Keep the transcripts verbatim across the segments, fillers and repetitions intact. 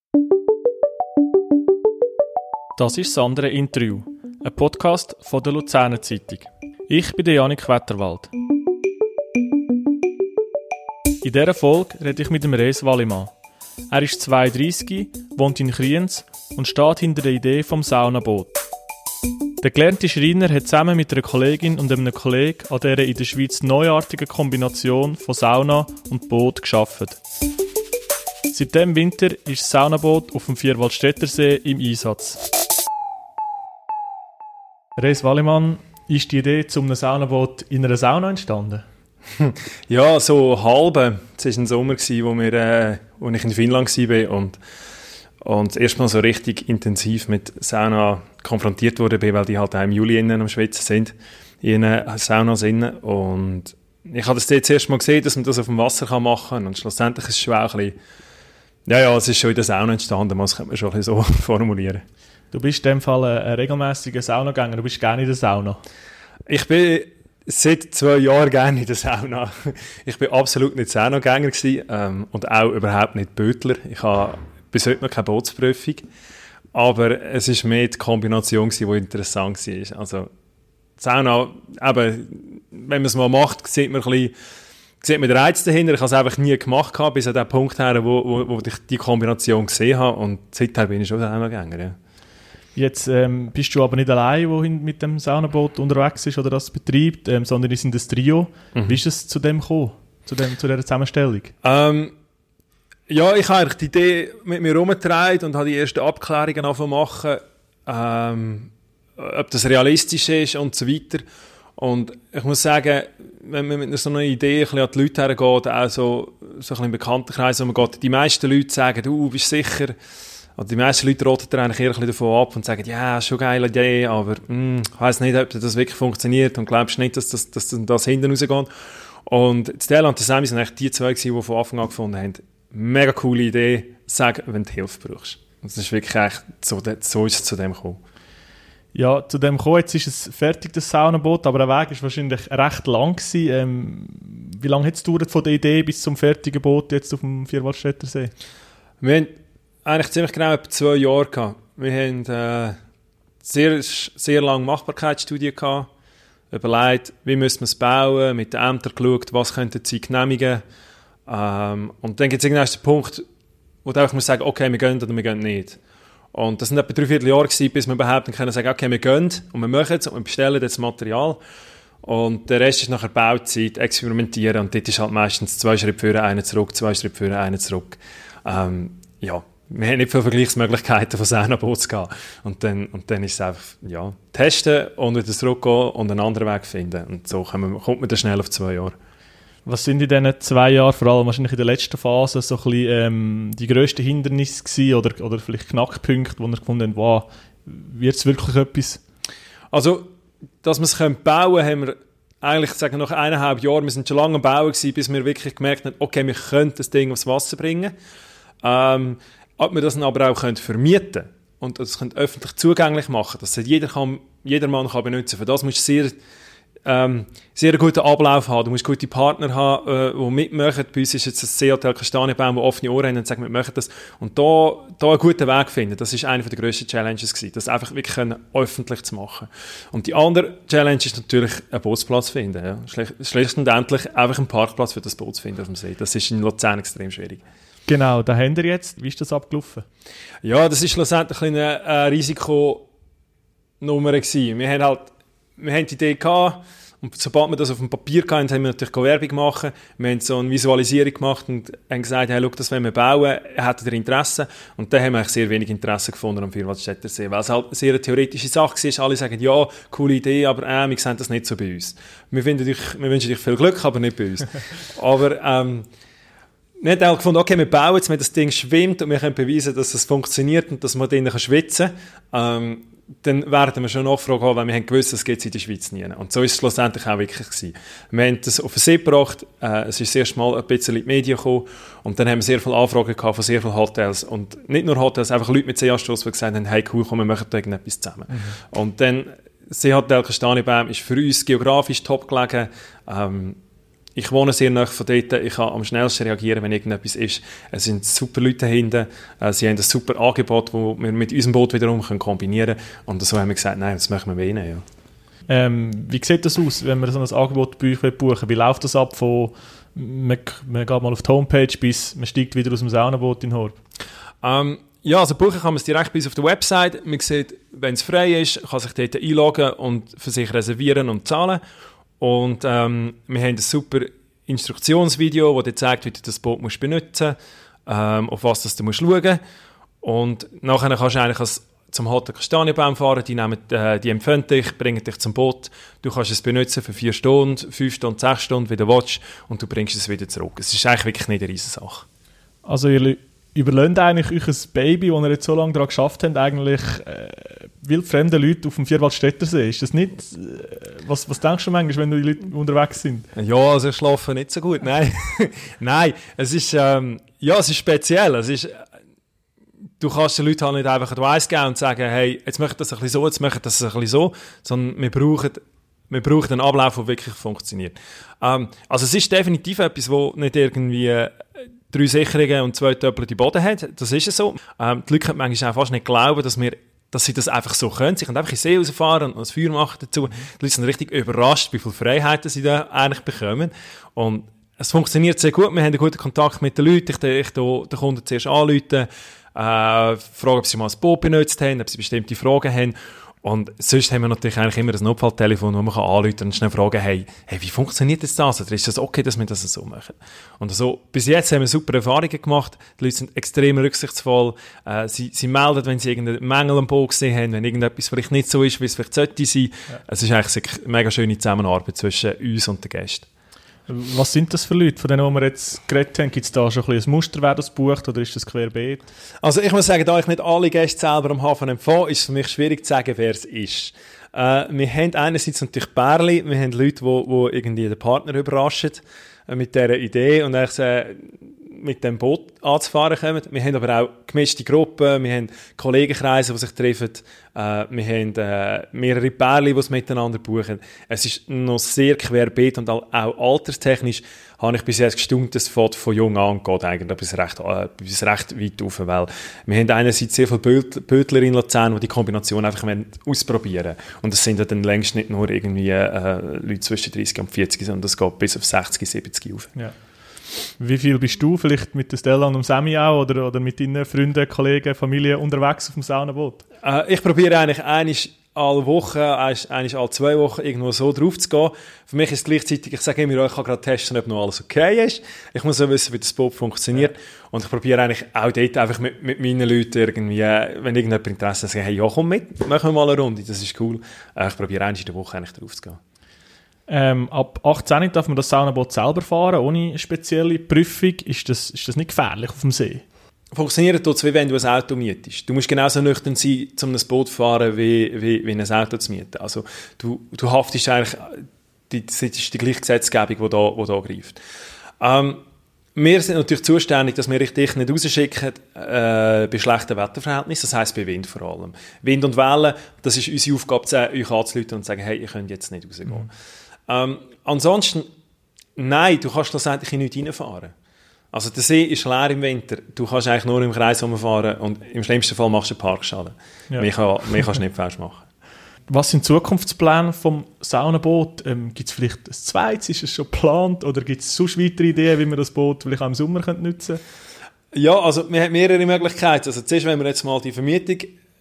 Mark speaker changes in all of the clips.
Speaker 1: Das ist das andere Interview, ein Podcast von der Luzerner Zeitung. Ich bin der Janik Wetterwald. In dieser Folge rede ich mit dem Rees Wallimann. Er ist zweiunddreissig, wohnt in Kriens und steht hinter der Idee vom Saunaboot. Der gelernte Schreiner hat zusammen mit einer Kollegin und einem Kollegen an dieser in der Schweiz neuartigen Kombination von Sauna und Boot gearbeitet. Seit diesem Winter ist das Saunaboot auf dem Vierwaldstättersee im Einsatz. Rees Wallimann, ist die Idee zu einem Saunaboot in einer Sauna entstanden?
Speaker 2: Ja, so halb. Es war ein Sommer, wo, wir, äh, wo ich in Finnland war und, und das erste Mal so richtig intensiv mit Sauna konfrontiert wurde, weil die halt auch im Juli innen am Schwitzen sind, in einer Sauna innen. Und ich habe das jetzt das erste Mal gesehen, dass man das auf dem Wasser machen kann. Und schlussendlich ist es schon auch ein bisschen, ja, ja, es ist schon in der Sauna entstanden, das könnte man schon ein bisschen so formulieren.
Speaker 1: Du bist in dem Fall ein regelmäßiger Saunagänger, du bist gerne in der Sauna.
Speaker 2: Ich bin seit zwei Jahren gerne in der Sauna. Ich bin absolut nicht Saunagänger gewesen, ähm, und auch überhaupt nicht Bötler. Ich habe bis heute noch keine Bootsprüfung. Aber es war mehr die Kombination, die interessant war. Also die Sauna, eben, wenn man es mal macht, sieht man ein bisschen, sieht man den Reiz dahinter. Ich habe es einfach nie gemacht, bis an den Punkt her, wo, wo, wo ich die Kombination gesehen habe. Und seither bin ich schon Saunagänger, ja.
Speaker 1: Jetzt ähm, bist du aber nicht allein, der mit dem Saunaboot unterwegs ist oder das betreibt, ähm, sondern es sind ein Trio. Mhm. Wie ist es zu dem gekommen, zu, dem, zu dieser Zusammenstellung?
Speaker 2: Ähm, ja, ich habe die Idee mit mir herumgetragen und habe die ersten Abklärungen angefangen zu machen, ähm, ob das realistisch ist und so weiter. Und ich muss sagen, wenn man mit so einer Idee ein bisschen an die Leute hergeht, auch so, so ein bisschen im Bekanntenkreis, wo man geht, die meisten Leute sagen, du bist sicher. Die meisten Leute roten eigentlich eher ein bisschen davon ab und sagen, ja, schon eine geile Idee, aber mh, ich weiss nicht, ob das wirklich funktioniert und glaubst nicht, dass das, dass das hinten rausgeht. Und Stella und Sammy sind eigentlich die zwei, die von Anfang an gefunden haben, mega coole Idee, sag, wenn du Hilfe brauchst. Und das ist wirklich echt, so, so ist es zu dem gekommen.
Speaker 1: Ja, zu dem gekommen, jetzt ist es fertig, das Saunaboot, aber der Weg war wahrscheinlich recht lang gewesen. Ähm, wie lange hat es gedauert von der Idee bis zum fertigen Boot jetzt auf dem Vierwaldstättersee?
Speaker 2: Wir haben eigentlich ziemlich genau etwa zwei Jahre gehabt. Wir haben äh, sehr, sehr lange Machbarkeitsstudie gehabt, überlegt, wie müssen wir es bauen, mit den Ämtern geschaut, was könnten sie genehmigen. Ähm, und dann gibt es irgendwann den Punkt, wo du einfach musst sagen, okay, wir gehen oder wir gehen nicht. Und das waren etwa dreiviertel Jahre gewesen, bis wir überhaupt können sagen, okay, wir gehen und wir machen es und wir bestellen das Material. Und der Rest ist nachher Bauzeit, experimentieren und dort ist halt meistens zwei Schritte vor, einen zurück, zwei Schritte vor, einen zurück. Ähm, ja. Wir haben nicht viele Vergleichsmöglichkeiten von Saunaboot zu gehen. Und dann, und dann ist es einfach, ja, testen und wieder zurückgehen und einen anderen Weg finden. Und so kommt man, kommt man dann schnell auf zwei Jahre.
Speaker 1: Was sind in diesen zwei Jahren, vor allem wahrscheinlich in der letzten Phase, so ein bisschen, ähm, die grössten Hindernisse gewesen oder, oder vielleicht Knackpunkte, wo ihr gefunden habt, wow, wird es wirklich etwas?
Speaker 2: Also, dass wir es bauen können, haben wir eigentlich, sagen nach eineinhalb Jahren, wir sind schon lange am Bauen gewesen, bis wir wirklich gemerkt haben, okay, wir können das Ding aufs Wasser bringen. Ähm, Ob wir das dann aber auch vermieten können und das öffentlich zugänglich machen, dass jeder, kann, jeder Mann kann benutzen kann. Für das musst du sehr, ähm, sehr einen guten Ablauf haben. Du musst gute Partner haben, äh, die mitmachen. Bei uns ist jetzt das Seehotel Kastanienbaum, die offene Ohren haben und sagen, wir machen das. Und da, da einen guten Weg finden, das war eine der grössten Challenges gewesen, das einfach wirklich können, öffentlich zu machen. Und die andere Challenge ist natürlich, einen Bootsplatz finden. Ja. Schlicht, schlicht und endlich einfach einen Parkplatz für das Boot zu finden auf dem See. Das ist in Luzern extrem schwierig.
Speaker 1: Genau, da haben wir jetzt. Wie ist das abgelaufen?
Speaker 2: Ja, das war schlussendlich eine äh, Risikonummer gewesen. Wir haben halt, wir haben die Idee gehabt und sobald wir das auf dem Papier hatten, haben wir natürlich Werbung gemacht. Wir haben so eine Visualisierung gemacht und haben gesagt, hey, schau, das wollen wir bauen, hättet ihr Interesse? Und dann haben wir eigentlich sehr wenig Interesse gefunden am Vierwaldstättersee, weil es halt eine sehr theoretische Sache war. Alle sagen, ja, coole Idee, aber äh, wir sehen das nicht so bei uns. Wir, finden dich, wir wünschen dir viel Glück, aber nicht bei uns. aber ähm, wir haben auch gefunden, okay, wir bauen jetzt, wenn das Ding schwimmt und wir können beweisen, dass es funktioniert und dass man drinnen schwitzen kann, ähm, dann werden wir schon Nachfrage haben, weil wir haben gewusst, das gibt es in der Schweiz nie. Und so ist es schlussendlich auch wirklich gewesen. Wir haben das auf den See gebracht, äh, es ist das erste Mal ein bisschen in die Medien gekommen und dann haben wir sehr viele Anfragen gehabt von sehr vielen Hotels und nicht nur Hotels, einfach Leute mit Seeanstoss, die gesagt haben, hey cool, komm, wir machen da irgendetwas zusammen. Mhm. Und dann, Seehotel Kastanienbaum ist für uns geografisch top gelegen, ähm, ich wohne sehr nahe von dort, ich kann am schnellsten reagieren, wenn irgendetwas ist. Es sind super Leute dahinter, äh, sie haben ein super Angebot, das wir mit unserem Boot wiederum können kombinieren können. Und so haben wir gesagt, nein, das machen wir bei ihnen. Ja.
Speaker 1: Ähm, wie sieht das aus, wenn man so ein Angebot bei euch buchen will? Wie läuft das ab von, man, man geht mal auf die Homepage, bis man steigt wieder aus dem Saunaboot in Horb?
Speaker 2: Ähm, ja, also buchen kann man es direkt bei uns auf der Website. Man sieht, wenn es frei ist, kann sich dort einloggen und für sich reservieren und zahlen. Und ähm, wir haben ein super Instruktionsvideo, das dir zeigt, wie du das Boot musst benutzen musst, ähm, auf was das du musst schauen musst. Und nachher kannst du eigentlich als, zum Hotel Kastanienbaum fahren, die, nehmen, äh, die empfangen dich, bringen dich zum Boot. Du kannst es benutzen für vier Stunden, fünf Stunden, sechs Stunden, wie du willst, und du bringst es wieder zurück. Es ist eigentlich wirklich nicht eine riesige Sache.
Speaker 1: Also ihr überlasst eigentlich euch ein Baby, das ihr jetzt so lange daran geschafft habt, eigentlich äh, wildfremde Leute auf dem Vierwaldstättersee. Ist das nicht... Äh, was, was denkst du manchmal, wenn die Leute unterwegs sind?
Speaker 2: Ja, also ich schlafe nicht so gut, nein. Nein, es ist... Ähm, ja, es ist speziell. Es ist, du kannst den Leuten halt nicht einfach Advice geben und sagen, hey, jetzt möchte das ein bisschen so, jetzt möchte das ein bisschen so, sondern wir brauchen... Wir brauchen einen Ablauf, der wirklich funktioniert. Ähm, also es ist definitiv etwas, das nicht irgendwie äh, drei Sicherungen und zwei doppelte Boden hat. Das ist es so. Ähm, die Leute können manchmal auch fast nicht glauben, dass, wir, dass sie das einfach so können. Sie können einfach in den See rausfahren und ein Feuer machen dazu. Die Leute sind richtig überrascht, wie viele Freiheiten sie da eigentlich bekommen. Und es funktioniert sehr gut. Wir haben einen guten Kontakt mit den Leuten. Ich, ich den Kunden zuerst anrufen, äh, fragen, ob sie mal ein Boot benutzt haben, ob sie bestimmte Fragen haben. Und sonst haben wir natürlich eigentlich immer ein Notfalltelefon, wo man anrufen kann und schnell fragen, hey, hey, wie funktioniert das das? Oder ist das okay, dass wir das so machen? Und so, bis jetzt haben wir super Erfahrungen gemacht. Die Leute sind extrem rücksichtsvoll. Äh, sie, sie melden, wenn sie irgendeinen Mängel am Boot gesehen haben, wenn irgendetwas vielleicht nicht so ist, wie es vielleicht sollte sein. Ja. Es ist eigentlich eine mega schöne Zusammenarbeit zwischen uns und den Gästen.
Speaker 1: Was sind das für Leute, von denen wir jetzt geredet haben? Gibt es da schon ein, ein Muster, wer das bucht, oder ist das querbeet?
Speaker 2: Also ich muss sagen, da ich nicht alle Gäste selber am Hafen empfange, ist es für mich schwierig zu sagen, wer es ist. Äh, wir haben einerseits natürlich Pärchen, wir haben Leute, die irgendwie den Partner überraschen äh, mit dieser Idee und eigentlich äh, mit dem Boot anzufahren kommen. Wir haben aber auch gemischte Gruppen, wir haben Kollegenkreise, die sich treffen, äh, wir haben äh, mehrere Pärchen, die es miteinander buchen. Es ist noch sehr querbeet und auch alterstechnisch habe ich bis jetzt gestaunt, das fährt von jung an und geht eigentlich bis recht, äh, bis recht weit rauf, weil wir haben einerseits sehr viele Bötler in Luzern, die die Kombination einfach ausprobieren wollen. Und das sind ja dann längst nicht nur irgendwie äh, Leute zwischen dreißig und vierzig, sondern das geht bis auf sechzig, siebzig rauf.
Speaker 1: Ja. Wie viel bist du vielleicht mit der Stella und dem Sammy auch oder, oder mit deinen Freunden, Kollegen, Familie unterwegs auf dem Saunaboot?
Speaker 2: Äh, ich probiere eigentlich einmal alle Wochen, eigentlich alle zwei Wochen irgendwo so drauf zu gehen. Für mich ist es gleichzeitig, ich sage immer, ich kann gerade testen, ob noch alles okay ist. Ich muss auch wissen, wie das Boot funktioniert. Ja. Und ich probiere eigentlich auch dort einfach mit, mit meinen Leuten irgendwie, wenn irgendjemand Interesse hat, sagen, hey, ja, komm mit, machen wir mal eine Runde, das ist cool. Äh, ich probiere einmal in der Woche eigentlich drauf zu gehen.
Speaker 1: Ähm, ab achtzehn darf man das Saunaboot selber fahren, ohne spezielle Prüfung. Ist das, ist das nicht gefährlich auf dem See?
Speaker 2: Funktioniert tut es, wie wenn du ein Auto mietest. Du musst genauso nüchtern sein, um ein Boot zu fahren, wie, wie, wie ein Auto zu mieten. Also du, du haftest eigentlich, die, das ist die gleiche Gesetzgebung, die da, die da greift. Ähm, wir sind natürlich zuständig, dass wir dich nicht rausschicken äh, bei schlechten Wetterverhältnissen, das heisst bei Wind vor allem. Wind und Wellen, das ist unsere Aufgabe, euch anzuleiten und zu sagen, hey, ihr könnt jetzt nicht rausgehen. Mhm. Ähm, ansonsten, nein, du kannst schlussendlich in nichts reinfahren. Also der See ist leer im Winter. Du kannst eigentlich nur im Kreis rumfahren und im schlimmsten Fall machst du einen Parkschaden. Ja. Mehr, kann, mehr kannst du nicht falsch machen.
Speaker 1: Was sind die Zukunftspläne vom Saunaboot? Ähm, gibt es vielleicht ein zweites? Ist es schon geplant? Oder gibt es sonst weitere Ideen, wie man das Boot vielleicht auch im Sommer nutzen könnte?
Speaker 2: Ja, also wir haben mehrere Möglichkeiten. Also zuerst, wenn wir jetzt mal die Vermietung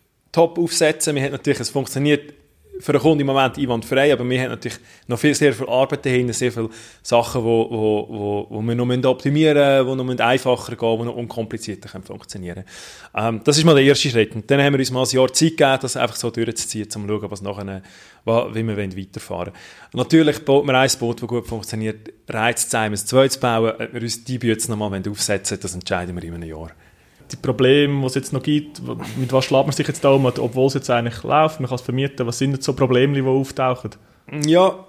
Speaker 2: top aufsetzen, wir haben natürlich, es funktioniert für einen Kunden im Moment einwandfrei, aber wir haben natürlich noch viel, sehr viel Arbeit dahinter, sehr viele Sachen, die wo, wo, wo, wo wir noch optimieren müssen, die noch einfacher gehen, die noch unkomplizierter funktionieren können. Ähm, das ist mal der erste Schritt. Und dann haben wir uns mal ein Jahr Zeit gegeben, das einfach so durchzuziehen, um zu schauen, was nachher, wie wir weiterfahren wollen. Natürlich baut man ein Boot, das gut funktioniert, reizt es einem, ein zweites zu bauen, ob wir uns die Bütze nochmal aufsetzen wollen, das entscheiden wir in einem Jahr.
Speaker 1: Die Probleme, die es jetzt noch gibt, mit was schlägt man sich jetzt da um, obwohl es jetzt eigentlich läuft, man kann es vermieten, was sind jetzt so Probleme, die auftauchen?
Speaker 2: Ja,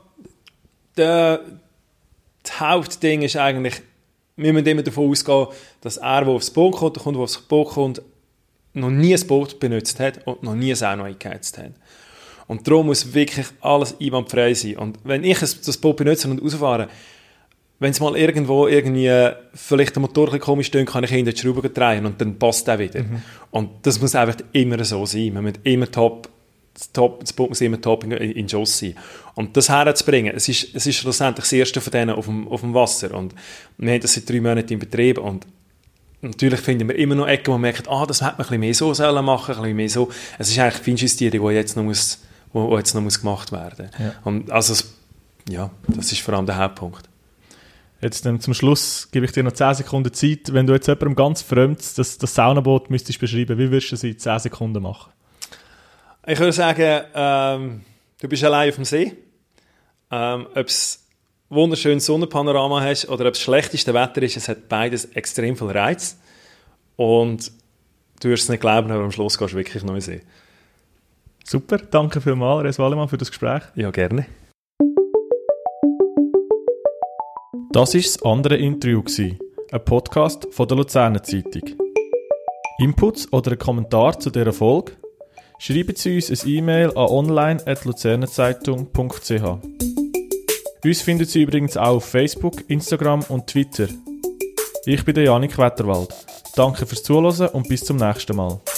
Speaker 2: der, das Hauptding ist eigentlich, wir müssen immer davon ausgehen, dass er, der aufs Boot kommt, der Kunde, der aufs Boot kommt, noch nie ein Boot benutzt hat und noch nie eine Sauna eingeheizt hat. Und darum muss wirklich alles einwandfrei sein. Und wenn ich das Boot benutze und rausfahre, wenn es mal irgendwo irgendwie vielleicht der Motor ein bisschen komisch tönt, kann ich hinter die Schraube drehen und dann passt der wieder. Mhm. Und das muss einfach immer so sein. Man muss immer top, das, top, das Boot muss immer top in, in den Schuss sein. Und das herzubringen, es ist, es ist schlussendlich das erste von denen auf dem, auf dem Wasser. Und wir haben das seit drei Monaten in Betrieb und natürlich finden wir immer noch Ecken, wo man merkt, ah, das hätte man ein bisschen mehr so sollen machen, ein bisschen mehr so. Es ist eigentlich die Feinjustierung, die jetzt noch, muss, wo jetzt noch muss gemacht werden muss. Ja. Und also, ja, das ist vor allem der Hauptpunkt.
Speaker 1: Jetzt dann zum Schluss gebe ich dir noch zehn Sekunden Zeit. Wenn du jetzt jemandem ganz Fremdes das, das Saunaboot müsstest beschreiben, wie würdest du es in zehn Sekunden machen?
Speaker 2: Ich würde sagen, ähm, du bist allein auf dem See. Ähm, ob es wunderschönes Sonnenpanorama hast oder ob es schlechteste Wetter ist, es hat beides extrem viel Reiz. Und du wirst es nicht glauben, aber am Schluss gehst du wirklich neu sehen.
Speaker 1: Super, danke vielmals, Res Wallimann, für das Gespräch.
Speaker 2: Ja, gerne.
Speaker 1: Das war das andere Interview, ein Podcast von der Luzerner Zeitung. Inputs oder ein Kommentar zu dieser Folge? Schreiben Sie uns ein E-Mail an online at luzernerzeitung punkt c h. Uns finden Sie übrigens auch auf Facebook, Instagram und Twitter. Ich bin der Janik Wetterwald. Danke fürs Zuhören und bis zum nächsten Mal.